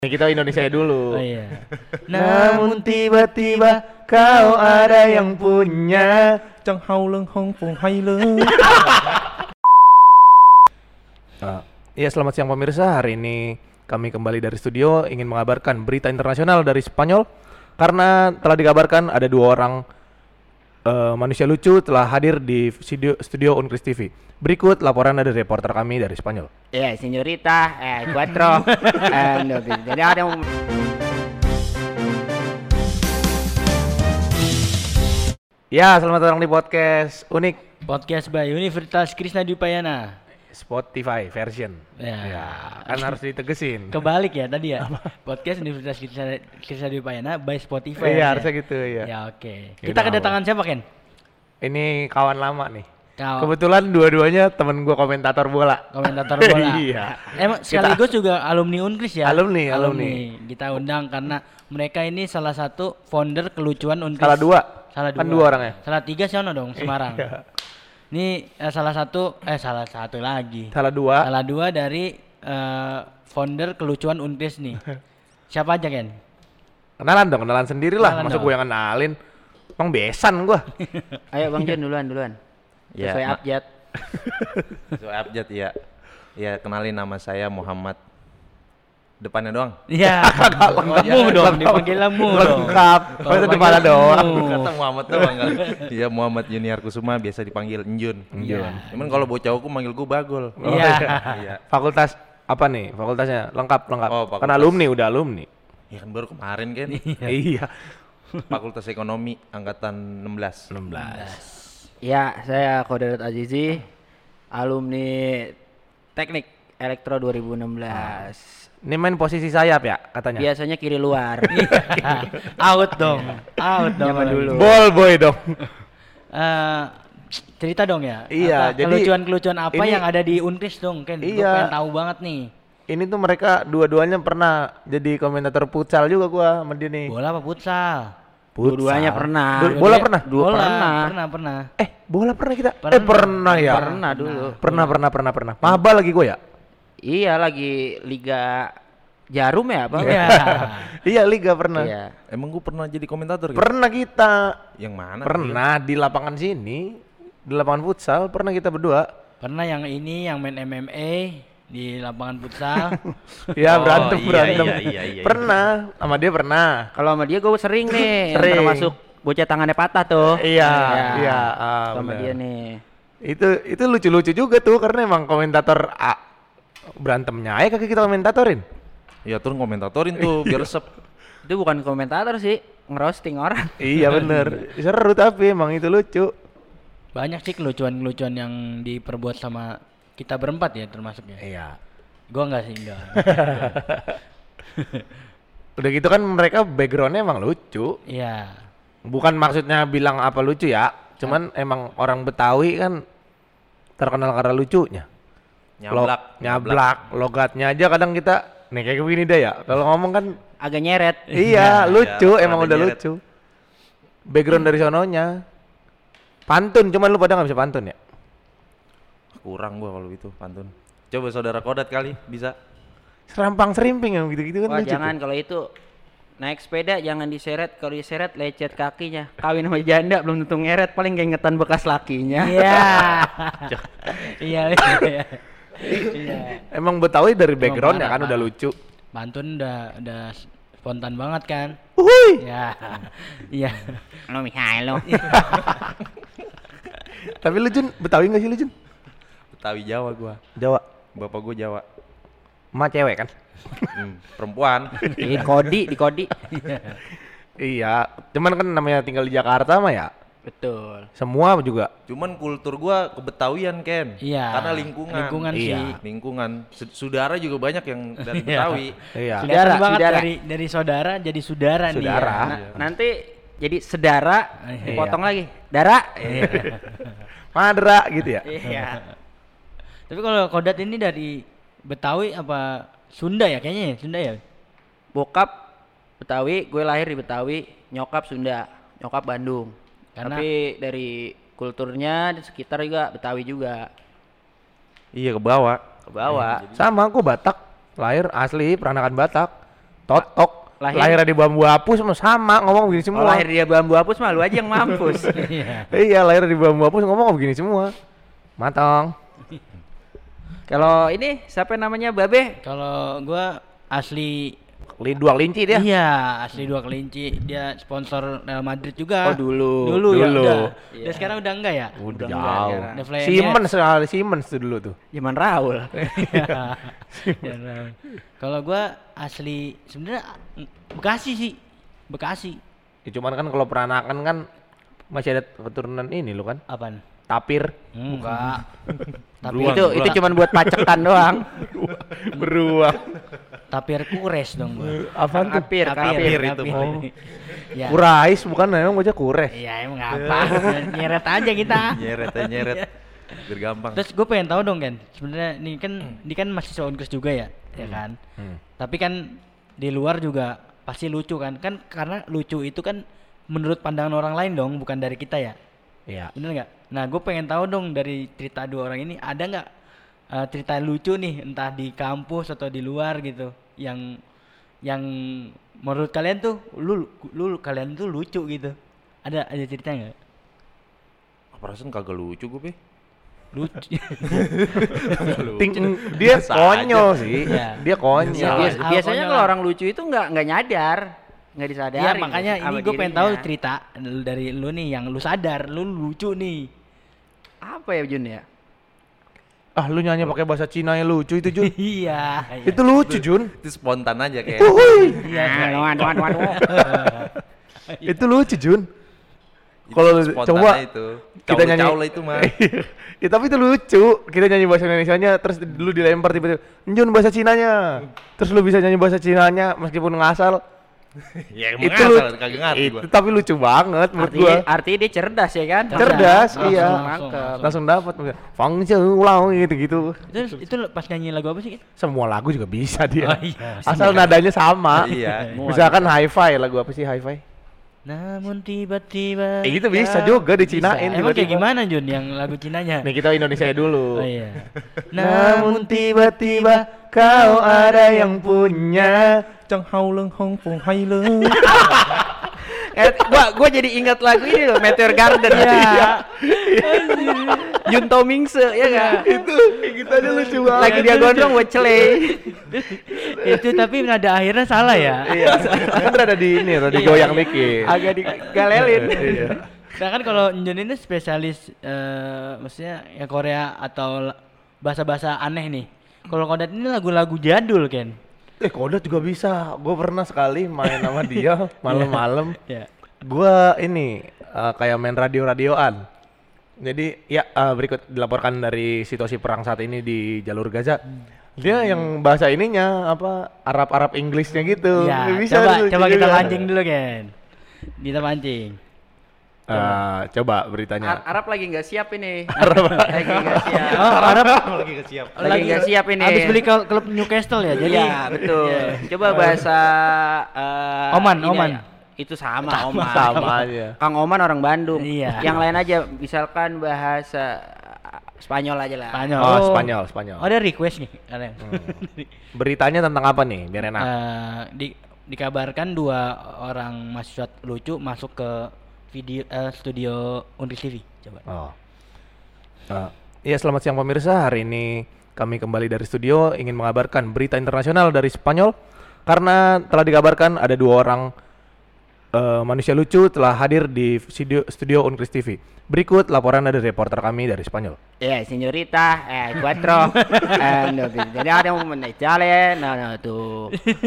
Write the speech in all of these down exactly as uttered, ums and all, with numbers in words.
Kita Indonesia dulu. Oh iya. Namun tiba-tiba kau ada yang punya. Chẳng hao lưng hong phùng hay lưng. Uh, ya selamat siang pemirsa. Hari ini kami kembali dari studio ingin mengabarkan berita internasional dari Spanyol. Karena telah dikabarkan ada dua orang uh, manusia lucu telah hadir di studio, studio Unkris T V. Berikut laporan dari reporter kami dari Spanyol. Ya, señorita, eh, cuatro, eh, no, jadi ada yang... Ya, selamat datang di podcast unik Podcast by Universitas Krishna Dipayana. Spotify version. Ya, Ya, kan harus ditegesin. Kebalik ya tadi ya. Podcast Universitas Krishna, Krishna Dipayana by Spotify. Iya, ya? harusnya gitu ya. Ya, oke. Okay. Ya Kita udah, kedatangan siapa, Ken? Ini kawan lama nih. Kau, Kebetulan dua-duanya temen gua komentator bola. komentator bola. Iya. Emang sekaligus juga alumni Unkris ya? Alumni, alumni. Kita undang karena mereka ini salah satu founder kelucuan Unkris. Salah dua. Salah dua. Kan dua orangnya. Salah tiga sih ono dong, Semarang. Iya. Ini eh, salah satu, eh salah satu lagi. Salah dua. Salah dua dari eh, founder kelucuan Unkris nih. Siapa aja, Ken? Kenalan dong, kenalan sendiri lah. Kenalan Masa dong. gue yang kenalin. Emang besan gua. Ayo Bang Jon duluan, duluan. Ya, Sesuai ma- abjad. Sesuai abjad ya. Ya, kenalin nama saya Muhammad. Depannya doang. Iya. Mu dong, dipanggilnya Mu dong. Lengkap. Kalau Masa panggil depan doang. Mu. Kata Muhammad doang kali. Iya, Muhammad Junior Kusuma, biasa dipanggil Enjun. Iya. Cuman kalau bocah aku manggil gua Bagol. Iya. Iya. Fakultas apa nih? Fakultasnya lengkap, lengkap. Oh, fakultas. Kan alumni, udah alumni. Ya kan baru kemarin kan. Iya. Fakultas Ekonomi angkatan enam belas. enam belas. Ya, saya Khodarat Azizi, alumni Teknik Elektro dua ribu enam belas. Ini main posisi sayap ya katanya. Biasanya kiri luar. Out dong. Out dong. Zaman dulu. Ball boy dong. Eh, cerita dong ya. Iya, Apa, jadi kelucuan-kelucuan apa ini- yang ada di Unkris dong, Ken? Gua Iya. pengen tahu banget nih. Ini tuh mereka dua-duanya pernah jadi komentator futsal juga gua sama dia nih. Bola apa futsal? Dua-duanya pernah. Du- bola pernah? Dua Bola, pernah. Pernah, pernah. Eh, bola pernah kita? Pernah. Eh, pernah ya? Pernah dulu. Pernah, pernah, pernah, pernah. Maba lagi gua ya? Iya, lagi Liga Jarum ya, apa? Iya. Iya, liga pernah. Iya. Emang gua pernah jadi komentator gitu? Pernah kita. Yang mana? Pernah di lapangan sini, di lapangan futsal pernah kita berdua. Pernah yang ini yang main M M A di lapangan futsal. Ya, Oh, berantem, iya, berantem. iya, iya, iya. Pernah, sama dia pernah. Kalau sama dia gue sering nih, yang Sering. termasuk bocah tangannya patah tuh. Iya, Ya, iya, ah, sama benar. dia nih. Itu itu lucu-lucu juga tuh karena emang komentator ah, berantemnya aja kagak kita komentatorin. Ya turun komentatorin tuh biar resep. Itu bukan komentator sih, ngerosting orang. Iya bener, seru tapi emang itu lucu. Banyak sih kelucuan-kelucuan yang diperbuat sama kita berempat ya termasuk ya. Iya. Gua enggak sih, enggak. Udah gitu kan mereka backgroundnya emang lucu. Iya. Bukan maksudnya bilang apa lucu ya, cuman emang orang Betawi kan terkenal karena lucunya. Lo- Nyablak. nyablak, logatnya aja kadang kita nih kayak begini dah ya. Kalau ngomong kan Agak nyeret. iya lucu, iya, emang rada udah nyeret. lucu. Background dari sononya. Pantun, cuman lu pada nggak bisa pantun ya? Kurang gua kalau itu pantun. Coba saudara Kodat kali bisa. Serampang serimping yang gitu-gitu kan Wah, lucu. jangan tuh. kalau itu naik sepeda jangan diseret, kalau diseret lecet kakinya. Kawin sama janda belum tentu ngeret, paling keingetan bekas lakinya. Iya. Iya, iya. Iya. Emang Betawi dari background ya parah, kan udah parah. lucu. Pantun udah udah spontan banget kan? Uhuy. Ya. Iya. Halo Mihailo. Tapi lu Jun, Betawi nggak sih lu Jun? Betawi Jawa gua. Jawa. Bapak gua Jawa. Emak cewek kan? Hmm, perempuan. Di kodi, di kodi. Iya, cuman kan namanya tinggal di Jakarta mah ya. Betul. Semua juga. Cuman kultur gua kebetawian Ken. Iya. Karena lingkungan. Lingkungan Iya. sih. Lingkungan. Su- Saudara juga banyak yang dari Iya. Betawi. Iya. Kelihatan Saudara, banget saudara. dari dari saudara jadi saudara, nih. Saudara. Ya. Nah, nanti jadi sedara, Iya. dipotong lagi. Dara. Madra gitu ya. Iya. Tapi kalau Kodat ini dari Betawi apa Sunda ya kayaknya ya? Sunda ya? Bokap Betawi, gue lahir di Betawi, nyokap Sunda, nyokap Bandung. Karena- Tapi dari kulturnya di sekitar juga Betawi juga. Iya ke bawah. Ke bawah. Sama aku Batak, lahir asli peranakan Batak. totok. Lahir- Lahirnya di bambu hapus sama, sama ngomong begini Oh, semua. lahir dia bambu hapus mah lu aja yang mampus. Iya. Iya, lahir di bambu hapus ngomong begini semua. Matang. Kalau ini siapa namanya Babe? Kalau gua asli Li- Dua kelinci dia. iya, asli dua kelinci. Dia sponsor Real Madrid juga. Oh, dulu. Dulu, ya Dulu. udah. Iya. Dan sekarang udah enggak ya? Udah Udah jauh. enggak sekarang. Udah Flemish. Siemens sekali Siemens tuh dulu tuh. Zaman Raul. Iya. Ya, nah. Kalau gua asli sebenarnya mm, Bekasi sih. Bekasi. Ya, cuman kan kalau peranakan kan masih ada keturunan ini lo kan. Apaan? Tapir. Enggak. Tapi Beruang, itu itu beruang. cuman buat pacetan doang. Beruang. tapir kures dong gua. Apaan tuh? Kapir, kapir kapir. itu. Oh. Ya. Kurais bukan emang baca kures. Iya, emang apa? Nyeret aja kita. Nyeret aja nyeret. Biar gampang. Terus gue pengen tahu dong kan, sebenarnya ini kan ini kan mahasiswa Unkris juga ya, ya kan. Hmm. Tapi kan di luar juga pasti lucu kan, kan karena lucu itu kan menurut pandangan orang lain dong, bukan dari kita ya. Iya. Bener nggak? Nah, gue pengen tahu dong dari cerita dua orang ini ada nggak eh, cerita lucu nih, entah di kampus atau di luar gitu, yang yang menurut kalian tuh lu lu kalian tuh lucu gitu. Ada ada cerita nggak? Perasaan kagak lucu gue, Be. Lucu. Ting dia Biasa konyol aja. sih. Iya. Dia konyol. Iya, Bias- Ah, biasanya konyol kalau lah. orang lucu itu nggak nggak nyadar, nggak disadari. Iya, makanya sama ini gue pengen tahu dirinya. cerita dari lu nih yang lu sadar, lu lucu nih. Apa ya Jun ya? Ah, lu nyanyi pakai bahasa Cina yang lucu itu, Jun. Iya. Itu lucu, Jun. Itu spontan aja kayak. Uhuy. Iya. Aduh, aduh, aduh, aduh. Itu lucu, Jun. Itu Kalau lu spontan coba aja itu. kita nyanyi Caule-caule itu mah. Ya tapi itu lucu. Kita nyanyi bahasa Indonesianya terus dulu dilempar tiba-tiba, "Jun bahasa Cinanya." Terus lu bisa nyanyi bahasa Cinanya meskipun ngasal. Ya emang Itu ngasal, lu- kagak ngerti itu gua. tapi lucu banget menurut Artinya, gua. artinya dia cerdas ya kan? Cerdas, Langsung, iya. langsung, Nangkep. langsung. Langsung dapat Fang Ulang gitu-gitu. Terus itu lu pas nyanyi lagu apa sih? Kit? Semua lagu juga bisa dia. Oh, iya. Asal nadanya sama. Iya. Misalkan hi-fi, lagu apa sih hi-fi? Namun tiba-tiba. Eh, itu bisa juga dicinain Emang kayak tiba-tiba. gimana Jun yang lagu Cinanya? Nih kita Indonesia dulu. Oh iya. Namun tiba-tiba kau ada yang punya. Chẳng hao lưng hong phùng hay lưng. Eh, gua gua jadi ingat lagu ini loh, Meteor Garden. Iya. Junto Mingse ya enggak? Itu kayak gitu aja lucu banget. Lagi dia gondrong buat cele. Itu tapi nada akhirnya salah ya. Iya. Kan ada di ini, ada digoyang dikit. Agak digalelin. Iya. Nah kan kalau Njun ini spesialis eh maksudnya ya Korea atau la- bahasa-bahasa aneh nih. Kalau Kodat ini lagu-lagu jadul Ken. Eh Kodat juga bisa. Gue pernah sekali main sama dia malam-malam. Ya. Gua ini eh, kayak main radio-radioan. Jadi ya eh, berikut dilaporkan dari situasi perang saat ini di jalur Gaza. Dia yang bahasa ininya apa Arab-Arab Inggrisnya gitu. Ya, Bisa coba lucu coba kita juga. pancing dulu Ken. Kita pancing. Eh, coba beritanya. Ar- Arab lagi nggak siap ini. Lagi nggak siap. Oh, Arab Lagi kesiap. Lagi nggak siap ini. Habis beli ke klub Newcastle ya. Jadi Iya betul. Iya. Coba bahasa eh, Oman, ini Oman. aja. Itu sama, Oman. Sama aja. Kang Oman orang Bandung. Iya. Yang lain aja misalkan bahasa eh, Spanyol aja lah. Spanyol. Oh, Spanyol, Spanyol. Oh, ada request nih. Ada. Beritanya tentang apa nih? Biar enak. Eh, di, dikabarkan dua orang mahasiswa lucu masuk ke video eh, studio Unkris T V. Coba. Oh. Eh, Iya, selamat siang pemirsa. Hari ini kami kembali dari studio ingin mengabarkan berita internasional dari Spanyol karena telah dikabarkan ada dua orang eh, manusia lucu telah hadir di studio, studio Unkris T V. Berikut laporan dari reporter kami dari Spanyol. Ya, señorita, eh, cuatro, eh, no, ada yang menecale, no, no, tu,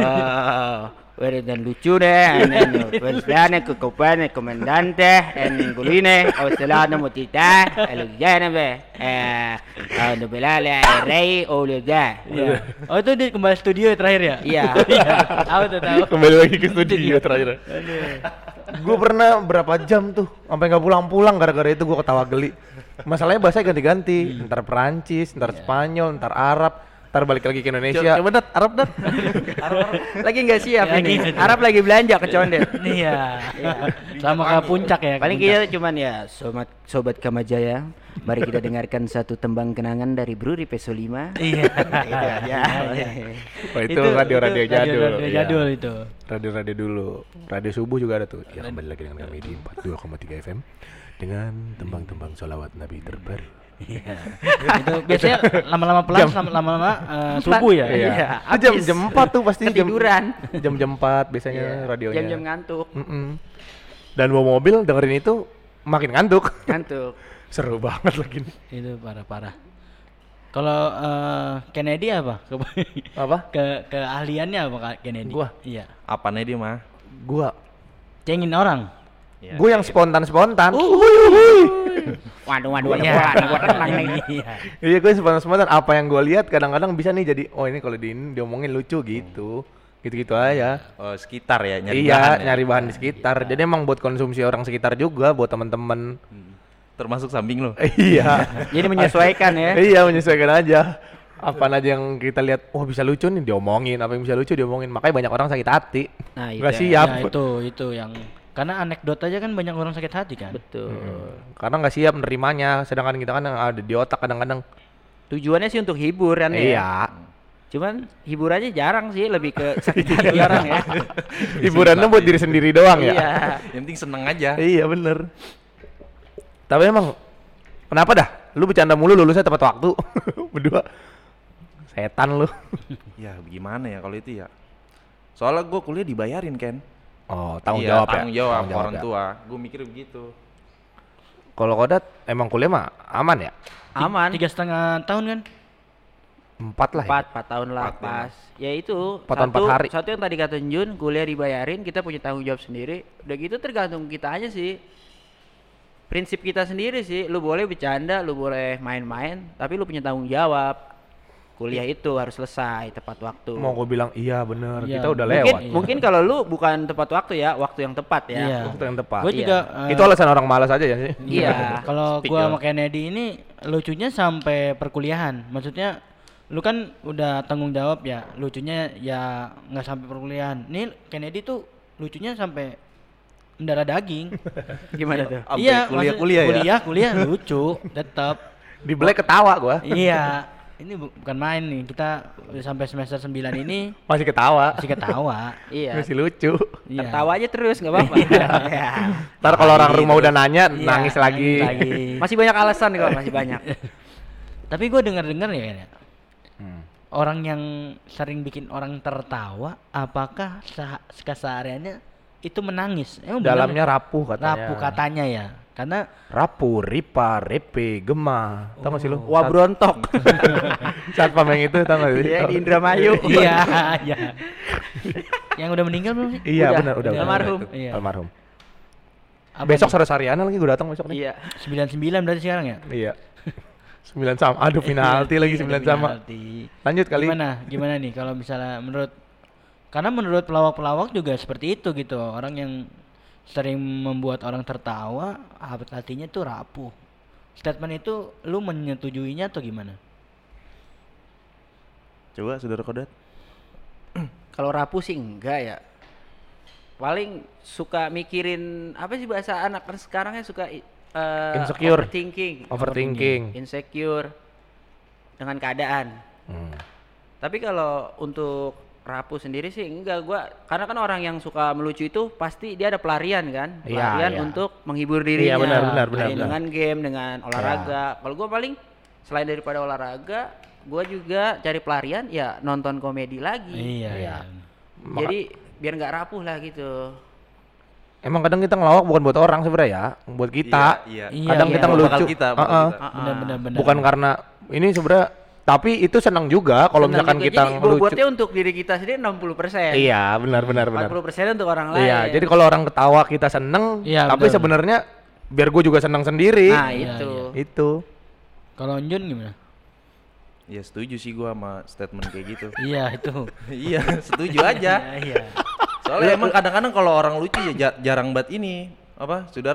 eh, dan lucu deh, en pues vean que copan el comandante en Guline, o se la no motita, el ya be, eh, no belale rey o le da. Iya. Oh, itu di kembali studio ya terakhir ya? Iya. Tahu tuh tahu. Kembali lagi ke studio terakhir. Gue pernah berapa jam tuh sampai nggak pulang-pulang gara-gara itu gue ketawa geli. Masalahnya bahasa ganti-ganti, ntar Perancis, ntar Spanyol, ntar Arab. Ntar balik lagi ke Indonesia. Coba dat, Arab dat. Lagi nggak siap Ya, ini. gitu. Arab lagi belanja ke Condet. Iya. Sama ke puncak ya. ke Paling puncak. kita cuman ya sobat sobat Kamajaya. Mari kita dengarkan satu tembang kenangan dari Bruri Peso lima. Iya. Itu aja. Oh, itu radio-radio itu jadul. Radio Iya. jadul itu. Radio-radio dulu. Radio subuh juga ada tuh. Ya kembali lagi dengan kami di empat puluh dua koma tiga F M dengan tembang-tembang sholawat Nabi terbaru. Iya. Itu biasanya lama-lama pelan, lama- lama-lama eh, subuh ya. Iya. Itu jam Habis. jam empat tuh pasti jam Ketiduran. jam-jam empat biasanya radionya. Jam-jam ngantuk. Mm-mm. Dan bawa mobil dengerin itu makin ngantuk. Ngantuk. Seru banget lagi nih. Itu parah-parah. Kalau eh, Kennedy apa? Ke- Apa? ke keahliannya apa Kak Kennedy? Gua? Iya. Apanya dia mah? Gua Cengin orang. Ya, gua yang spontan-spontan. Waduh, waduh, waduh, Iya. waduh, gua tenang nih. Iya. Iya, gue spontan-spontan apa yang gua lihat kadang-kadang bisa nih jadi oh ini kalau di ini diomongin lucu gitu. Gitu-gitu aja. Oh, sekitar ya, nyari iya, bahan ya? nyari bahan di sekitar. Jadi emang buat konsumsi orang sekitar juga, buat teman-teman. Termasuk samping lo. iya. Jadi menyesuaikan ya. Iya, menyesuaikan aja. Apa aja yang kita lihat, oh bisa lucu nih diomongin, apa yang bisa lucu diomongin. Makanya banyak orang sakit hati. Nah, itu Nggak ya. siap. Ya, itu itu yang karena anekdot aja kan banyak orang sakit hati kan. Betul. Hmm. Karena nggak siap nerimanya, sedangkan kita kan yang ada di otak kadang-kadang. Tujuannya sih untuk hiburan ya. Iya. Cuman hiburannya jarang sih, lebih ke sakit hati orang ya. Hiburannya buat diri sendiri doang ya. Iya. Yang penting seneng aja. Iya bener. Tapi emang kenapa dah? Lu bercanda mulu lulusnya tepat waktu. Berdua. Setan lu. Ya gimana ya kalau itu ya? Soalnya gue kuliah dibayarin Ken. Oh, tanggung Iya, jawab ya. tanggung jawab Tanggung orang ya. tua. Gue mikir begitu. Kalau Kodat emang kuliah mah aman ya? Aman. Tiga setengah tahun kan? Empat lah. Empat, empat tahun lah Empat, pas. Ya itu Empat tahun, satu, empat hari. satu yang tadi kata Jun, kuliah dibayarin, kita punya tanggung jawab sendiri. Udah gitu tergantung kita aja sih. Prinsip kita sendiri sih, lu boleh bercanda, lu boleh main-main, tapi lu punya tanggung jawab. Kuliah itu harus selesai tepat waktu. Mau gue bilang iya bener, Iya, kita udah mungkin lewat. Iya. mungkin kalau lu bukan tepat waktu ya, waktu yang tepat ya. Iya. Waktu yang tepat. Gue Iya. juga eh, Itu alasan orang malas aja ya sih. Iya. Kalau Speak gua dong. sama Kennedy ini lucunya sampai perkuliahan. Maksudnya lu kan udah tanggung jawab ya, lucunya ya nggak sampai perkuliahan. Nih Kennedy tuh lucunya sampai mendarah daging. Gimana tuh? Sampai Iya, kuliah-kuliah maksudnya ya? Kuliah, kuliah lucu, tetap. Di Black ketawa gua. Iya. Ini bu- bukan main nih. Kita udah sampai semester sembilan ini Masih ketawa. masih ketawa. Iya. Masih lucu. Iya. Tertawa aja terus nggak apa-apa. Iya. Ntar kalau orang Gitu. rumah udah nanya, Iya, nangis lagi. nangis lagi. Masih banyak alasan kok, masih banyak. Tapi gue dengar-dengar ya, ya, Hmm. orang yang sering bikin orang tertawa, apakah seh- kesehariannya itu menangis? Emang benar Dalamnya nggak? rapuh katanya. rapuh katanya ya, karena Rapuh, ripa, repe, gema. Tau gak sih lu? Wah brontok. Saat pameng itu tau gak sih? Iya di Indramayu. iya, iya. Yang udah meninggal belum sih? Iya Udah, benar, udah. udah. benar. Almarhum. Iya. Almarhum. Apa Besok nih? sore Sariana lagi gue datang besok nih. Iya. sembilan puluh sembilan berarti sekarang ya? Iya. Sembilan sama. Aduh penalti lagi sembilan sama. Penalti. Lanjut kali. Gimana? Gimana nih kalau misalnya menurut karena menurut pelawak-pelawak juga seperti itu gitu. Orang yang sering membuat orang tertawa, hatinya tuh rapuh. Statement itu lu menyetujuinya atau gimana? Coba saudara Kodat. Kalau rapuh sih enggak ya. Paling suka mikirin apa sih bahasa anak kan sekarang ya suka i- eh, Insecure. overthinking, Overthinking. insecure dengan keadaan. Hmm. Tapi kalau untuk rapuh sendiri sih enggak gua karena kan orang yang suka melucu itu pasti dia ada pelarian kan, Iya, pelarian iya. untuk menghibur dirinya. Iya, benar, benar, Kayak benar, benar. dengan game, dengan olahraga. Kalau gua paling selain daripada olahraga, gua juga cari pelarian ya nonton komedi lagi. Iya. Iya. Maka- Jadi biar nggak rapuh lah gitu. Emang kadang kita ngelawak bukan buat orang sebenarnya ya, buat kita. Iya, Iya, Kadang iya. kita Bakal ngelucu. kita, bakal Heeh. kita. Benar benar benar. Bukan karena ini sebenarnya tapi itu senang juga kalau Senang misalkan gitu. kita Jadi ngelucu. bobotnya untuk diri kita sendiri enam puluh persen. Iya, benar benar benar. empat puluh persen untuk orang lain. Iya, jadi kalau orang ketawa kita seneng, Iya, tapi betul. sebenarnya biar gue juga senang sendiri. Nah, Iya, itu. iya. Itu. Kalau Jun gimana? Ya setuju sih gua sama statement kayak gitu. Iya itu. Iya, setuju aja. Iya, iya. Soalnya emang kadang-kadang kalau orang lucu ya ja- jarang banget ini apa, saudara?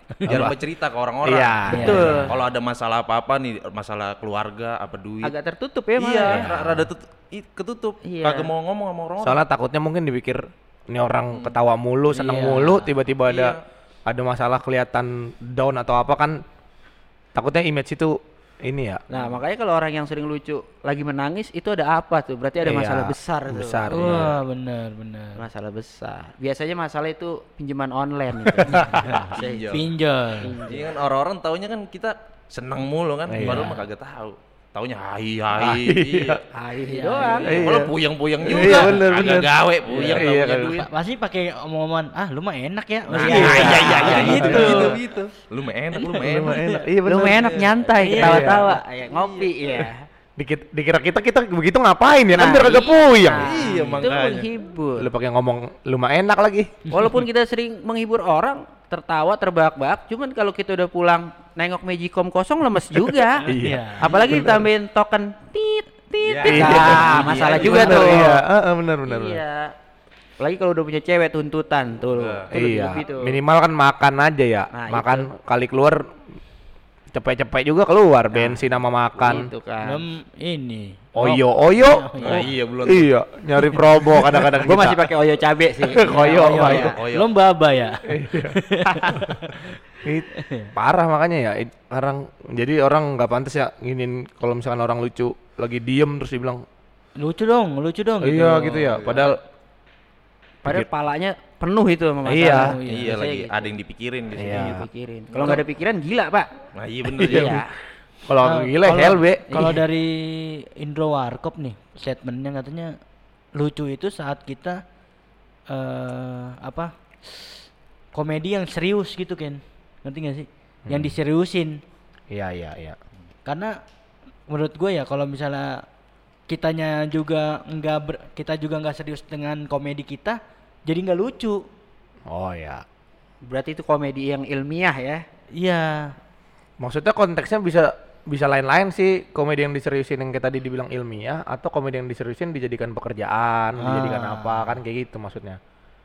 jarang Apa? bercerita ke orang-orang. Iya. Betul. Kalau ada masalah apa-apa nih, masalah keluarga, apa duit. Agak tertutup ya malah. iya, ya. ra- rada tut- i- ketutup. Iya. Kagak mau ngomong sama orang-orang. Soalnya takutnya mungkin dipikir ini orang ketawa mulu, seneng Iya. mulu, tiba-tiba ada Iya. ada masalah kelihatan down atau apa kan, takutnya image itu ini ya. Nah, makanya kalau orang yang sering lucu lagi menangis itu ada apa tuh? Berarti ada Iya, masalah besar tuh. besar. Wah, benar benar. Masalah besar. Biasanya masalah itu pinjaman online itu. Iya. Pinjol. Iya kan orang-orang taunya kan kita seneng mulu kan, Iya. padahal mah kagak tahu. Taunya hai hai. Iya. Hai Iya, doang. iya. Malah puyeng-puyeng juga. Iya, bener, Kagak bener. gawe puyeng Iya, iya, kan. duit. Pa- pasti pakai omong-omongan, ah lu mah enak ya. Nah, Iya, iya iya iya iya gitu. gitu gitu gitu. Lu mah enak, lu mah enak. Iya Lu mah enak nyantai, Iya. ketawa-tawa, ya, ngopi ya. Dikit, dikira kita kita begitu ngapain ya kan Nah, biar kagak iya. puyeng. Iya, Itu makanya. menghibur. Lu pakai ngomong lu mah enak lagi. Walaupun kita sering menghibur orang, tertawa terbahak-bahak, cuman kalau kita udah pulang nengok Magicom kosong lemes juga. Iya. Apalagi ditambahin token tit tit. Iya. tit. Iya. Nah, masalah Iya, juga Bener, tuh. Iya, Heeh, bener bener. bener. Iya. Apalagi kalau udah punya cewek tuntutan tuh. Nah, Itu Iya, lebih-lebih tuh. minimal kan makan aja ya. Nah, makan kali keluar cepet-cepet juga keluar bensin sama makan. Itu kan. Belum ini. Oyo oyo. Nah, iya belum. Iya, nyari probo kadang-kadang Gue kita. masih pakai oyo cabe sih. Koyo, Oh, koyo. iya. Koyo. Belum baba ya. It- parah makanya ya it- orang jadi orang nggak pantas ya nginin kalau misalkan orang lucu lagi diem terus dibilang Lucu dong, lucu dong. iya gitu ya padahal Padahal palanya penuh itu sama masalah. Iya. Iya Biasanya lagi gitu. ada yang dipikirin di sini. Iya. Dipikirin. Kalau nggak ada pikiran gila, Pak. Nah, iya bener Iya. ya. kalau Nah, gila kalau- hell be Kalau dari Indro Warkop nih, statementnya katanya lucu itu saat kita eh apa komedi yang serius gitu Ken, ngerti gak sih? Yang diseriusin. iya iya iya Karena menurut gue ya kalau misalnya kitanya juga nggak ber- kita juga nggak serius dengan komedi kita, jadi nggak lucu. oh ya Berarti itu komedi yang ilmiah ya. Iya. maksudnya konteksnya bisa bisa lain-lain sih komedi yang diseriusin yang kayak tadi dibilang ilmiah atau komedi yang diseriusin dijadikan pekerjaan dijadikan Ah. apa kan kayak gitu maksudnya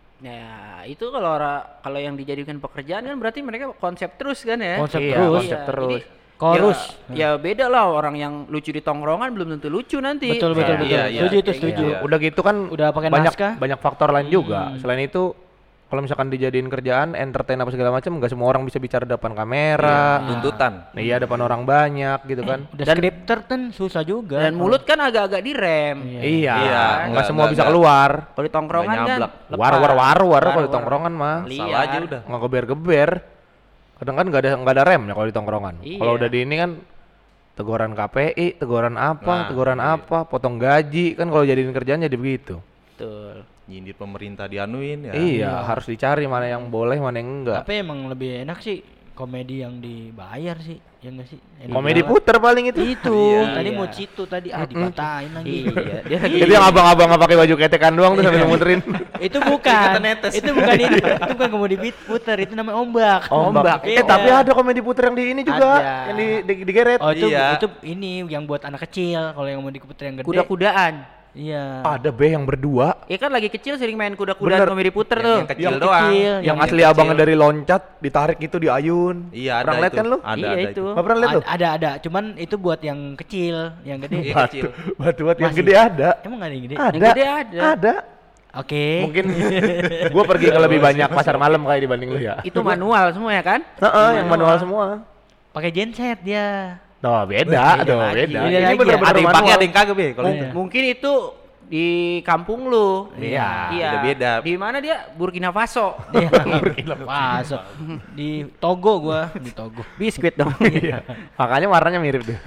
Ya, itu kalau ora- kalau yang dijadikan pekerjaan kan berarti mereka konsep terus kan ya. Konsep Iya, terus. konsep terus. Jadi, Chorus. Ya, ya beda lah orang yang lucu di tongkrongan belum tentu lucu nanti. Betul betul Iya, betul. iya, iya. Setuju itu Iya. setuju. Iya. udah gitu kan Udah pakai banyak naskah. banyak faktor lain juga Hmm. selain itu kalau misalkan dijadiin kerjaan entertain apa segala macam nggak semua orang bisa bicara depan kamera Tuntutan. nah, iya depan orang banyak gitu kan Udah Dan- scripter kan susah juga. Dan mulut kan agak-agak direm. Iya. iya Iya, nggak nggak- semua nggak- bisa nggak. keluar Kalau di tongkrongan Nggak kan nyablak. lepas. war war war war kalau di War-war. tongkrongan mah Liar. Salah aja udah. nggak geber geber kadang kan nggak ada nggak ada remnya kalau di tongkrongan Iya. kalau udah di ini kan teguran K P I teguran apa Nah, teguran iya. apa potong gaji kan kalau jadiin kerjaan jadi begitu Betul. Nyindir pemerintah dianuin ya. iya harus dicari mana yang boleh mana yang enggak Tapi emang lebih enak sih komedi yang dibayar sih, ya nggak sih? Yang komedi dibayar. puter paling itu Itu, Iya. tadi Iya. mau citu tadi ah dipatahin lagi. Iya, dia lagi itu yang abang-abang nggak pakai baju ketekan doang tuh sambil muterin Itu bukan. netes. Itu bukan ini, itu bukan komedi beat puter, itu namanya ombak. ombak eh Iya. tapi ada komedi puter yang di ini juga Ada. yang di di, digeret Oh itu Iya. itu ini yang buat anak kecil, kalau yang mau diputer yang gede. kuda-kudaan. Iya. ada be yang berdua Ya kan lagi kecil sering main kuda-kudaan Bener. komedi puter Yang, tuh. yang kecil Yang doang. kecil, yang, yang asli kecil. abangnya dari loncat ditarik gitu di ayun Iya, ada pernah lihat itu. kan lu Ada, Iya, ada itu. nggak pernah lihat tuh A- ada ada, cuman itu buat yang kecil, yang gede. Iya, batu kecil. batu buat yang Masih. gede ada Emang ada yang gede? ada gede ada. ada Oke. mungkin gua pergi ke lebih banyak pasar malam kayak dibanding lu ya Itu manual semua ya kan? Heeh, yang manual semua Pakai genset dia. Tuh beda, Beda tuh lagi. beda. Beda Ini lagi ya? bener-bener Ada yang pakai, manual. ada yang kagak be kalau Oh, itu. iya. Mungkin itu di kampung lu. Iya, Iya. beda-beda. Di mana dia? Burkina Faso. Iya. Masuk. Di Togo gua, di Togo. Biskuit dong. Iya. Makanya warnanya mirip tuh.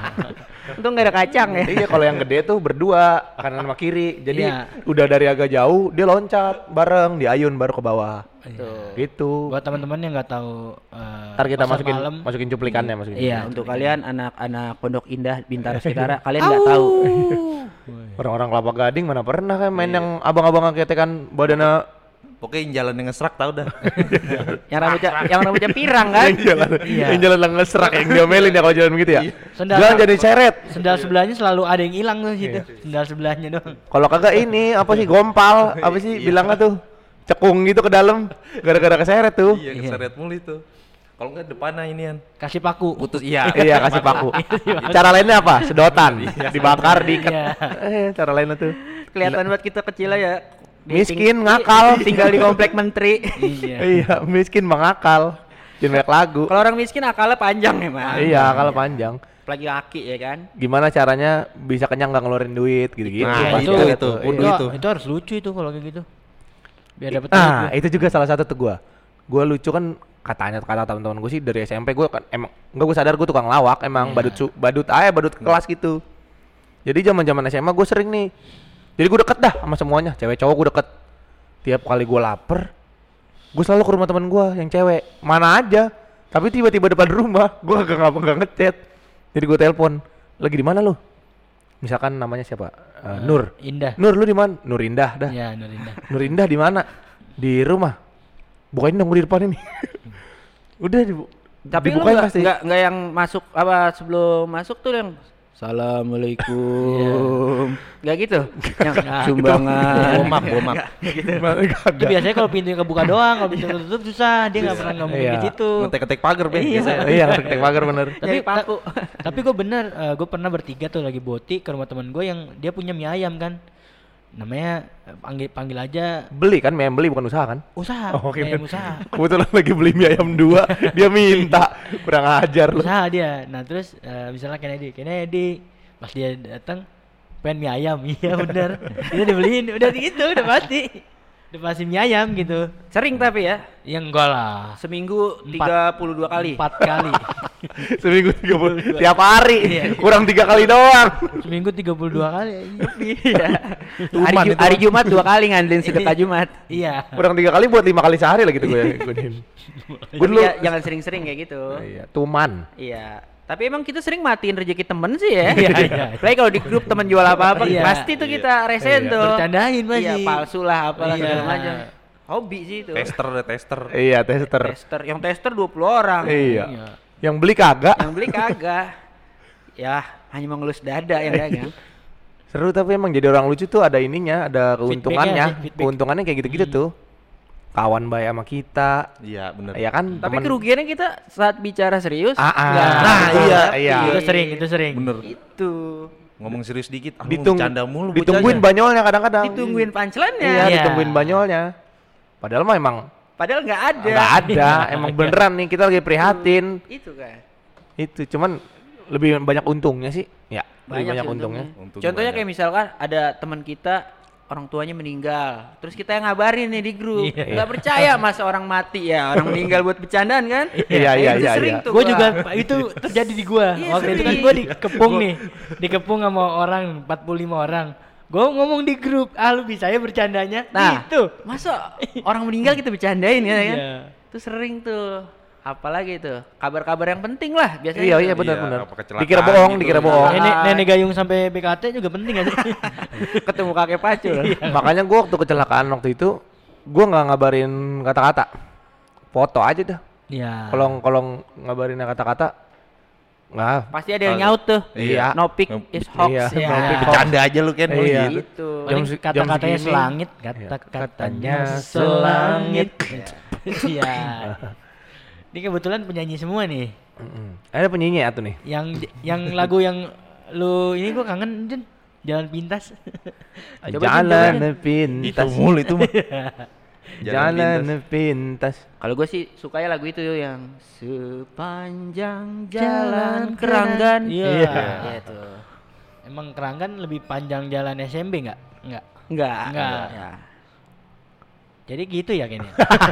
Untung nggak ada kacang ya. Iya, kalau yang gede tuh berdua, kanan sama kiri. Jadi Iya. udah dari agak jauh dia loncat bareng, diayun baru ke bawah. Tuh. Gitu. Buat teman-teman yang nggak tahu eh, Ntar kita pasar masukin malam, masukin cuplikannya, masukin. Iya. Untuk kalian anak-anak Pondok Indah Bintara Sekara, kalian nggak tahu. Orang-orang Kelapa Gading mana pernah kan main yang abang-abang ketekan badannya Pokoknya yang jalan yang ngesrak tau dah. Yang rambutnya yang rambutnya pirang kan? yang jalan, Iya. yang jalan ngeserak yang diomelin ya kalau jalan begitu ya. Sendal- Jalan jadi seret. Sendal sebelahnya selalu ada yang hilang tuh situ. Iya. Sendal sebelahnya doang. Kalau kagak ini apa sih gompal, apa sih bilangnya tuh cekung gitu ke dalam gara-gara keseret tuh. Iya, keseret mulu itu. Kalau enggak depannya inian. Kasih paku. Putus iya. Iya, kasih paku. Cara lainnya apa? Sedotan. Dibakar, diikat. Iya. Eh, cara lainnya tuh. Kelihatan buat kita kecil ya. Miskin, ngakal. Tinggal di komplek menteri. Iya. Iya, miskin mengakal. Jangan banyak lagu. Kalau orang miskin akalnya panjang emang. Iya, kalau panjang. Apalagi laki ya kan. Gimana caranya bisa kenyang nggak ngeluarin duit gitu-gitu. Nah, Pasti itu, ada itu. tuh. Kudu Iya. Itu, itu. itu harus lucu itu kalau kayak gitu. Biar dapat Nah, itu juga salah satu tuh gua. Gua lucu kan katanya kata teman-teman gue sih dari S M P gue kan emang enggak, gue sadar gue tukang lawak emang Iya. badut su- badut aja badut kelas gitu. Jadi zaman-zaman S M A gue sering nih. Jadi gue deket dah sama semuanya, cewek cowok gue deket. Tiap kali gue lapar, gue selalu ke rumah teman gue yang cewek. Mana aja, tapi tiba-tiba depan rumah, gue gak ngapa nggak ngechat. Jadi gue telepon, lagi di mana lu? Misalkan namanya siapa? Uh, Nur. Indah. Nur lu di mana? Nur Indah dah. Iya, Nur Indah. Nur Indah di mana? Di rumah. Bukain dong, gue di depan ini. Udah dibu Tapi lu dibukain nggak pasti. nggak nggak yang masuk apa sebelum masuk tuh yang Assalamualaikum. Nggak gitu. Yang sumbangan. Bomap, bomap. Itu biasanya kalau pintunya kebuka doang, kalau pintu ketutup susah. Dia nggak pernah ngomong Iya. kayak gitu. Ngetek-ngetek pagar, Ben. Iya. biasanya. Iya, ngetek pagar bener. Tapi Nyari paku. ta- tapi gue bener, gue pernah bertiga tuh lagi boti ke rumah teman gue yang dia punya mie ayam kan. Namanya eh, panggil panggil aja Beli kan, mie ayam beli bukan usaha kan? usaha. Oh, oke, mie ayam Ben. usaha. Kebetulan lagi beli mie ayam dua, dia minta. Kurang ajar lu. Usaha dia. Nah, terus eh, misalnya Kennedy, Kennedy pas dia datang pengen mie ayam. Iya bener. Kita dibeliin, udah gitu, udah pasti. Udah pasti mie ayam gitu. Sering tapi ya. Ya enggak lah. Seminggu Empat. tiga puluh dua kali. Empat kali. Seminggu tiga puluh tiap hari. Iya. Kurang tiga kali doang. Seminggu tiga puluh dua kali. Iya. hari, Tuman Ju- itu. hari Jumat dua kali ngandelin sedekah Jumat. Iya. Kurang tiga kali buat lima kali sehari lah gitu gue. Gue Tapi dulu. ya, jangan sering-sering kayak gitu. Iya, tuman. Iya. Tapi emang kita sering matiin rezeki temen sih ya. Iya, iya. Apalagi kalau di grup temen jual apa-apa, Iya. pasti tuh kita resen Iya. tuh. Bercandain pasti. Iya, palsu lah apalah Iya. segala macam. Hobi sih itu. Tester, deh, tester. Iya, tester. Tester, yang tester dua puluh orang. Iya. Iya. Yang beli kagak. Yang beli kagak. Ya, hanya mengelus dada yang dagang. Seru tapi emang jadi orang lucu tuh ada ininya, ada keuntungannya. sih, feedback. Keuntungannya kayak gitu-gitu tuh. Kawan baik sama kita. Iya, bener. Ya kan? Tapi temen- kerugiannya kita saat bicara serius. Ah, ah. nggak Nah, dapat. iya, iya. Itu sering, itu sering. Bener. Itu. Ngomong serius dikit, ah, Ditung- bercanda mulu ditungguin bocahnya. banyolnya kadang-kadang. Ditungguin punchline-nya. Iya, Iya. ditungguin banyolnya. Padahal mah emang Padahal nggak ada. nggak ada, emang beneran nih kita lagi prihatin. Itu kan. Itu cuman lebih banyak untungnya sih. Ya, lebih banyak sih untungnya. Untungnya Contohnya banyak. kayak misalkan ada teman kita orang tuanya meninggal, terus kita yang ngabarin nih di grup, Iya. nggak percaya masa orang mati ya, orang meninggal buat bercandaan kan? Iya, Nah, iya, itu iya, sering iya. tuh Gue gua. juga itu terjadi di gua. Iya, Waktu itu kan sering. gua dikepung nih. Dikepung sama orang empat puluh lima orang. Gua ngomong di grup, "Ah, lu bisa ya bercandanya?" Nah, Gitu. masa orang meninggal kita bercandain ya kan? Iya. Itu sering tuh. Apalagi itu kabar-kabar yang penting lah biasanya. Iya, tuh. iya Iya, benar-benar. apa kecelakaan Dikira bohong, gitu. dikira bohong. Nenek nenek gayung sampai B K T juga penting aja. Ketemu kakek pacul. Makanya gua waktu kecelakaan waktu itu gua nggak ngabarin kata-kata. Foto aja dah. Iya. Kalau kalau ngabarin kata-kata nggak. Pasti ada yang nyaut tuh. Iya. No pic is hoax. Iya, ya. no pic. Bercanda aja lu kan. Iya. gitu. Gitu. Jam Paling se- jam kata-katanya segini. selangit, Iya. kata-katanya Katanya selangit. Iya. Ini kebetulan penyanyi semua nih. Mm-mm. Ada penyanyi atau nih? Yang yang lagu yang lu ini gua kangen Jun. Jalan pintas. Coba, Jun, Jalan Itu pintas. mulu itu mah. Jalan pintas. pintas. Kalau gue sih sukanya lagu itu yang sepanjang jalan Keranggan. Iya. Iya tuh. Emang Keranggan lebih panjang jalan S M B enggak? Enggak. Enggak. Enggak. Ya. Jadi gitu ya kayaknya.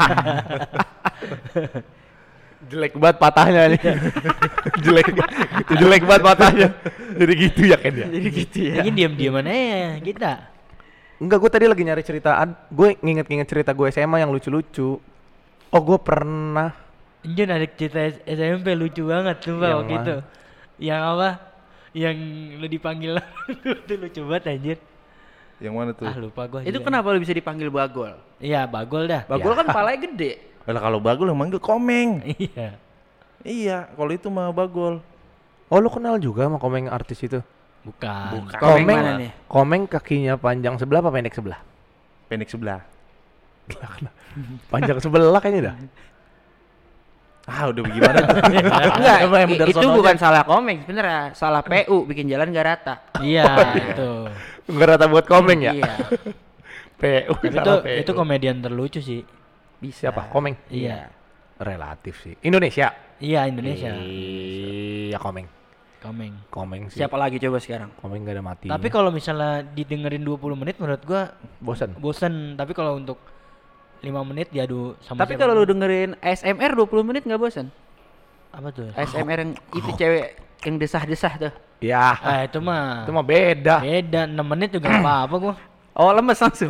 Jelek banget patahnya nih. jelek ba- jelek banget patahnya. Jadi gitu ya Ken ya. Jadi gitu ya. Mungkin diam-diaman aja kita. Enggak, gue tadi lagi nyari ceritaan. Gue nginget-nginget cerita gue S M A yang lucu-lucu. Oh, gue pernah. Jun ada cerita S M P lucu banget tuh Yang waktu mana? itu. Yang apa? Yang lu dipanggil itu lucu banget anjir. Yang mana tuh? Ah lupa gua. Itu juga. kenapa lu bisa dipanggil Bagol? Iya, Bagol dah. Bagol kan palanya gede. Lah kalau Bagol yang manggil Komeng. Iya. Iya, kalau itu mah Bagol. Oh, lu kenal juga sama komeng artis itu? Bukan. Bukan. Komeng Komeng, mana nih? komeng kakinya panjang sebelah apa pendek sebelah? Pendek sebelah. Panjang sebelah kayaknya dah. Ah, udah gimana tuh? Enggak, Emang yang i- bener itu sono bukan aja. salah komeng sebenarnya, salah P U bikin jalan gak rata. Iya, itu. Nggak rata buat komeng ya? Iya. P U. Tapi itu salah P U. itu komedian terlucu sih. Bisa. Siapa? Komeng? Iya. Relatif sih. Indonesia. Iya, Indonesia. Iya komeng. Komeng. Komeng sih. Siapa lagi coba sekarang? Komeng gak ada mati. Tapi kalau misalnya didengerin dua puluh menit menurut gua bosan. bosen. Tapi kalau untuk lima menit diadu sama Tapi siapa kalau lu pun. dengerin A S M R dua puluh menit nggak bosan? apa tuh? A S M R yang itu cewek yang desah-desah tuh. Ya. Ah, itu mah. Itu mah beda. Beda enam menit juga nggak apa-apa gua. Oh, lemes langsung.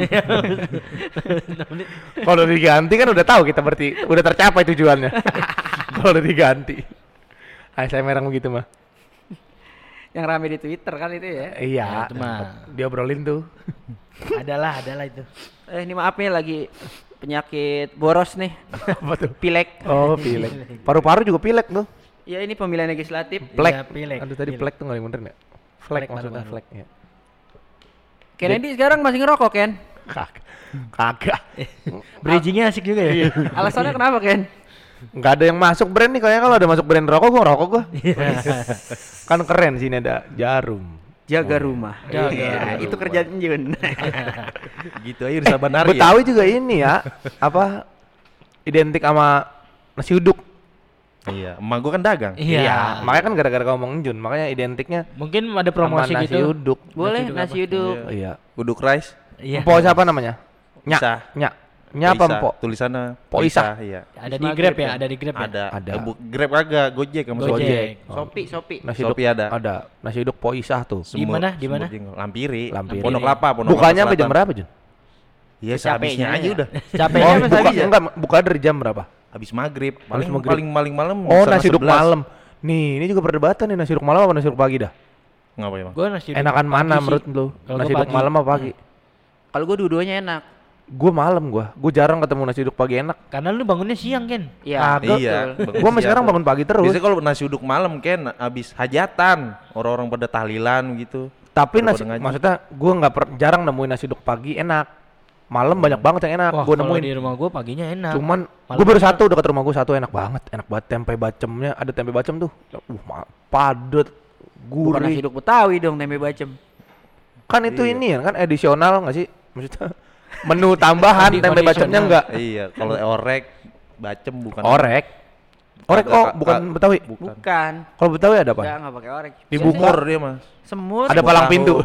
enam menit. Kalau udah diganti kan udah tahu kita berarti udah tercapai tujuannya. Kalau udah diganti. A S M R yang begitu mah. Yang rame di Twitter kan itu ya. Iya. Ya, itu mah. Dia obrolin tuh. Adalah, adalah itu. Eh, ini maaf nih lagi penyakit boros nih. Apa tuh? Pilek. Oh, pilek. Paru-paru juga pilek tuh. Ya ini pemilihan legislatif. Plek. Iya, pilek. Aduh tadi Pilek. plek tuh enggak bener enggak? Flek Plek maksudnya paru-paru. flek ya. Kennedy sekarang masih ngerokok Ken. Kagak. Kagak. Bridgingnya asik juga ya. Alasannya kenapa Ken? Enggak ada yang masuk brand nih, kayaknya kalau ada masuk brand rokok gua ngerokok gua. Kan keren sini ada jarum. Jaga rumah. Jaga Iya, rumah. itu kerjaan Jun. Gitu aja udah sabar ya. Betawi juga ini ya, apa identik sama nasi uduk. Iya, emak gua kan dagang. Iya. Makanya kan gara-gara ngomong Jun, makanya identiknya Mungkin ada promosi sama nasi gitu. uduk. Boleh uduk nasi apa? uduk. Iya. Iya. Uduk rice. Iya. Empo siapa namanya? Nyak. Isa. Nyak. Nyak apa Isa. empo? Tulisannya Po Isa. Iya. Ada di Maghrib Grab ya, ya? ada di Grab ya. Ada. Ada. Eh, bu- Grab kagak, Gojek sama Gojek. Gojek. Sopi, sopi. Nasi Shopee uduk ada. Ada. Nasi uduk Po Isah tuh. Di mana? Di Semur mana? Jengkol. Lampiri. Lampiri. Pondok Lapa, Pondok Bukanya Lapa sampai jam Selatan. berapa, Jun? Iya, Capeknya sehabisnya aja ya. udah. Capeknya Oh, mas buka, habis ya? enggak, buka dari jam berapa? Habis maghrib. Habis Paling maghrib. paling paling malam. Oh, setengah nasi uduk sebelas. malam. Nih, ini juga perdebatan nih, nasi uduk malam apa nasi uduk pagi dah? Ngapa emang? Gua nasi uduk Enakan pagi mana sih. menurut lu? Kalau Nasi gua uduk pagi. malam apa pagi? Kalau gua dua-duanya enak. Gue malam gua. Gue jarang ketemu nasi uduk pagi enak. Karena lu bangunnya siang kan. Iya. Kagak. Iya. betul. Gue sampai sekarang bangun pagi terus. Biasanya kalau nasi uduk malam kan habis hajatan, orang-orang pada tahlilan gitu. Tapi Baru nasi, pada ngaji. maksudnya gue nggak per- jarang nemuin nasi uduk pagi enak. Malam banyak banget yang enak. Wah, Gue kalau nemuin. di rumah gua paginya enak. Cuman Malam gue baru enak. satu dekat rumah gue satu enak banget, enak banget tempe bacemnya. Ada tempe bacem tuh. Uh, ma- padet, Bukan nasi gurih. uduk Betawi dong tempe bacem. Kan itu Iya. ini ya, kan edisional nggak sih? Maksudnya menu tambahan Kondisi- tempe bacemnya kondisional. enggak Iya, kalau orek bacem bukan. orek. Orek Kagak, oh Kak, bukan Kak. Betawi. Bukan. Bukan. Kalau Betawi ada apa? Enggak, enggak pakai orek. Dibuka. Semur dia, Mas. Semut. Ada palang tahu. pintu.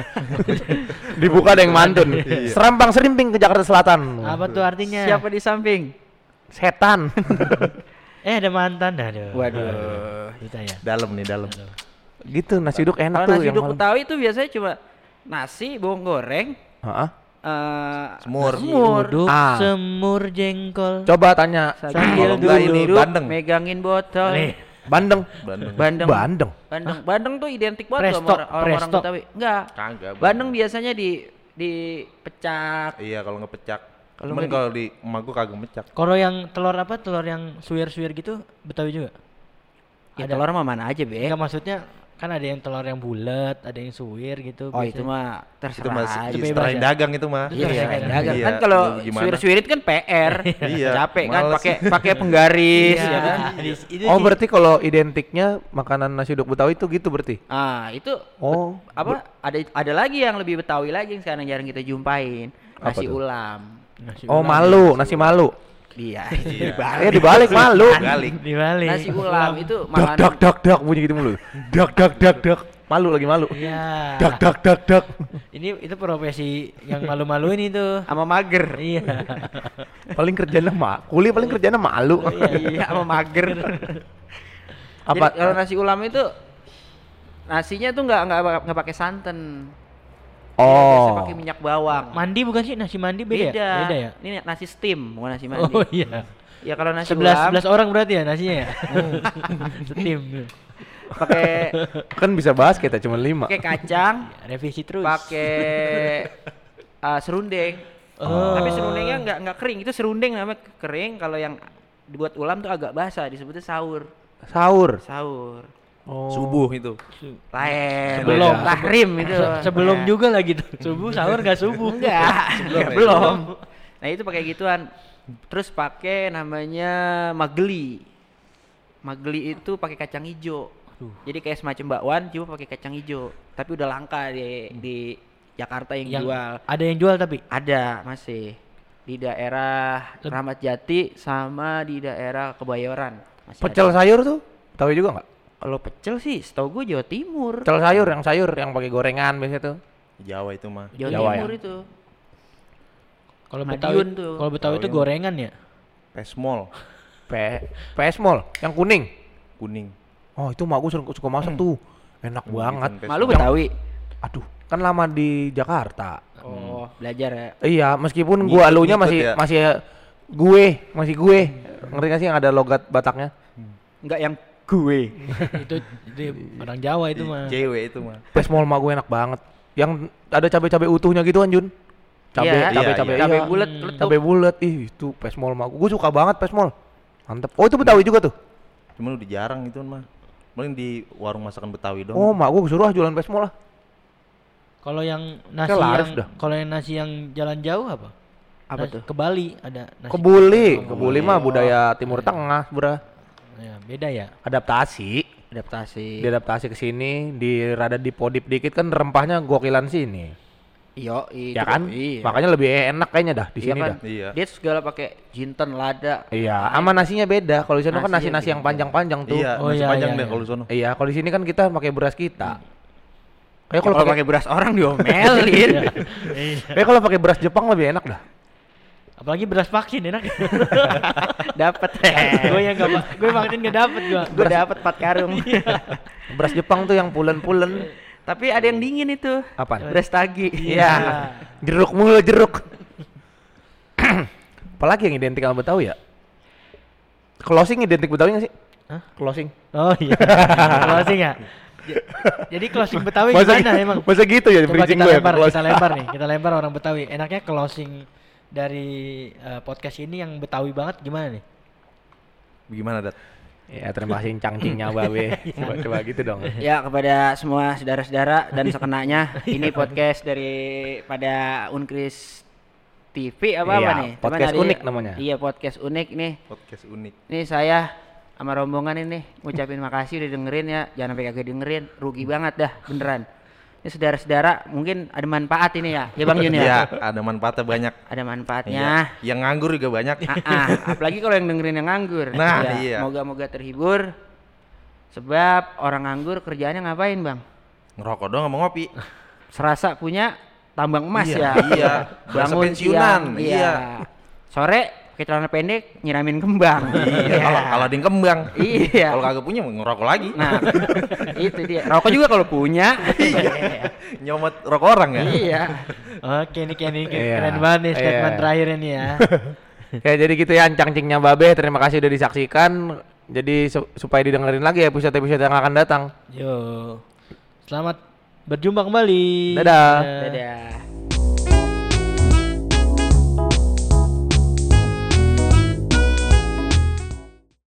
Dibuka ada yang mantun. Iya. Serampang serimping ke Jakarta Selatan. Apa tuh artinya? Siapa di samping? Setan. Eh ada mantan dah. Aduh. Waduh. Kita ya. Dalam nih, dalam. Gitu nasi uduk enak Kalau tuh nasi yang uduk malam. Betawi itu biasanya cuma nasi, bawang goreng, Heeh. eh Semur. semur, Uduk, Ah. semur jengkol. Coba tanya sambil Kalau enggak ini duduk, bandeng. megangin botol. Nih, Bandeng. Bandeng. Bandeng. Bandeng. Bandeng. Bandeng tuh identik banget Presto, sama orang- orang-orang presto. Betawi. Enggak. Kagak. Bandeng biasanya di dipecak. Iya, kalau ngepecak. Kalau Cuman nggak di- kalau di emak gua kagak mecak. kalau yang telur apa? Telur yang suwir-suwir gitu Betawi juga? Ya Ada. telur mah mana aja, Be. Enggak maksudnya kan ada yang telur yang bulat, ada yang suwir gitu. Oh, biasanya. itu mah Itu terserah mas aja. Itu bebas selain ya? dagang itu mah. Iya, Iya, iya, iya. dagang. Iya, Kan kalau mau gimana? suwir-suwirit kan P R. Iya, Capek kan males. pakai pakai penggaris Iya, ya kan. di- itu Oh sih. berarti kalau identiknya makanan nasi uduk Betawi itu gitu berarti? Ah, itu Oh. apa ada ada lagi yang lebih Betawi lagi yang sekarang jarang kita jumpain. Apa Nasi tuh? ulam. Nasi Oh ulam. malu, nasi malu. Iya, Iya. Eh dibalik malu. Balik. Dibalik. nasi ulam itu Dak makanan dak dak dak bunyi gitu mulu. Dak dak dak dak. Malu lagi malu. Iya. Dak dak dak dak. Ini itu profesi yang malu-maluin itu. sama mager. Iya. Paling kerjanya mak. Kuli paling kerjanya malu. Iya, sama mager. Apa? Jadi, kalau nasi ulam itu nasinya tuh nggak nggak nggak pakai santan. Dia biasa Oh. pakai minyak bawang. Mandi bukan sih nasi mandi beda, Beda. ya? Beda ya? Ini nasi steam, bukan nasi mandi. Oh iya. Ya kalau nasi Sebelas ulam sebelas orang berarti ya nasinya ya. Steam. pakai Kan bisa bahas kita cuma lima. pakai kacang, Revisi terus. pakai uh, serundeng. Oh. Tapi serundengnya nggak nggak kering, itu serundeng namanya kering. Kalau yang dibuat ulam tuh agak basah, disebutnya sahur. Sahur. Sahur. Oh. Subuh itu. Lain. Sebelum. tahrim itu. Se- sebelum Nah. juga lagi tuh. Subuh sahur nggak subuh. Enggak, Sebelum ya? belum. Nah itu pakai gituan. Terus pakai namanya mageli. mageli itu pakai kacang hijau. Jadi kayak semacam bakwan cuma pakai kacang hijau. Tapi udah langka di di Jakarta yang, Yang jual. ada yang jual tapi Ada masih di daerah Leb- Ramat Jati sama di daerah Kebayoran. Masih Pecel ada. sayur tuh, tahu juga nggak? Kalau pecel sih, setahu gue Jawa Timur. Pecel sayur yang sayur yang pakai gorengan biasanya tuh. Jawa itu mah. Jawa, Jawa Timur ya? itu. kalau Madiun Betawi tuh. kalau Betawi itu Tahu yang- gorengan ya. Pesmol P P S Mall yang kuning. kuning. Oh, itu mak gue suka, suka masak tuh. Enak Hmm, banget. bikin Malu Pesmol. Betawi. Aduh, kan lama di Jakarta. Oh, belajar ya. Iya, meskipun Ngikut- gua alunya ngikut masih ya? masih gue, masih gue. Ngerti gak sih yang ada logat Bataknya? Enggak yang gue. itu itu orang Jawa itu mah. Cewek itu mah. P S Mall mak gue enak banget. Yang ada cabai-cabai utuhnya gitu kan, Jun? Cabai, Iya, cabai, iya, cabai, iya. Cabai iya. bulat Hmm. letup. Cabai bulat. Ih, itu P S Mall mak gue. Gue suka banget P S Mall. Mantep. Oh, itu Betawi juga tuh. Cuman udah jarang itu mah. Paling di warung masakan Betawi dong. Oh, mak gue suruh ah jualan P S Mall lah. Kalau yang nasi Kayak laris yang dah. kalau yang nasi yang jalan jauh apa? Apa Nasi- tuh? Ke Bali ada nasi. Kebuli, Oh, kebuli mah budaya Timur Tengah, bro. Ya, beda ya. Adaptasi, Adaptasi. diadaptasi ke sini, di rada dipodip dikit kan rempahnya gokilan sini. Iya, itu Ya kan? Iya. Makanya lebih enak kayaknya dah di Iya sini kan? dah. Iya. Dia segala pakai jinten, lada. Iya, sama nasinya beda. Kalau di sana kan Nasinya nasi-nasi yang beda. panjang-panjang tuh. Iya, Oh, nasi iya, panjang iya, deh iya. kalau di sono. Iya, kalau di sini kan kita pakai beras kita. Kayak Ya, kalau kalau pakai pakai beras orang diomelin. kayak kalau pakai beras Jepang lebih enak dah. Apalagi beras vaksin enak. Dapat. gue yang enggak gue vaksin enggak dapet gua. Gue dapat empat karung. Beras Jepang tuh yang pulen-pulen. Tapi ada yang dingin itu. Apaan? Beras tagi. Iya. Jeruk mulu jeruk. Apalagi yang identik sama Betawi ya? Closing identik Betawi nggak sih? Hah? Closing. Oh iya. Closing ya. J- Jadi closing Betawi Masa, gimana emang? masa gitu ya Coba bridging kita gue ya? lempar, closing. kita lempar nih, kita lempar orang Betawi. Enaknya closing dari eh, podcast ini yang Betawi banget gimana nih? Gimana, Dat? Ya terima kasih cangcingnya babe. Coba coba gitu dong. Ya, kepada semua saudara-saudara dan sekenanya, ini podcast dari pada Unkris T V apa apa Iya, nih? podcast Cuman ada- unik namanya. Iya, podcast unik nih. Podcast unik. Ini saya sama rombongan ini ngucapin makasih udah dengerin ya. Jangan sampai kagak dengerin, rugi banget dah beneran. Ini saudara-saudara mungkin ada manfaat ini ya. Ya Bang Jun ya. Iya, ada manfaatnya banyak. Ada manfaatnya. Iya. Yang nganggur juga banyak. Ah, ah, apalagi kalau yang dengerin yang nganggur. Nah, Ya, iya. Moga-moga terhibur. Sebab orang nganggur kerjaannya ngapain, Bang? Ngerokok doang sama ngopi. Serasa punya tambang emas Iya, ya. iya. Berasa Bangun pensiunan, siang, iya. Sore pakai celana pendek nyiramin kembang. Iya, kalau kalau ada yang kembang. Iya. Kalau kagak punya ngerokok lagi. Nah, itu dia. Rokok juga kalau punya. Nyomot rokok orang ya. Iya. Oke nih Kenny Iya, keren banget nih statement iya. terakhir ini ya. Ya jadi gitu ya cangcingnya babe. Terima kasih udah disaksikan. Jadi su- supaya didengerin lagi episode-episode yang akan datang. Yo. Selamat berjumpa kembali. Dadah. Ya. Dadah.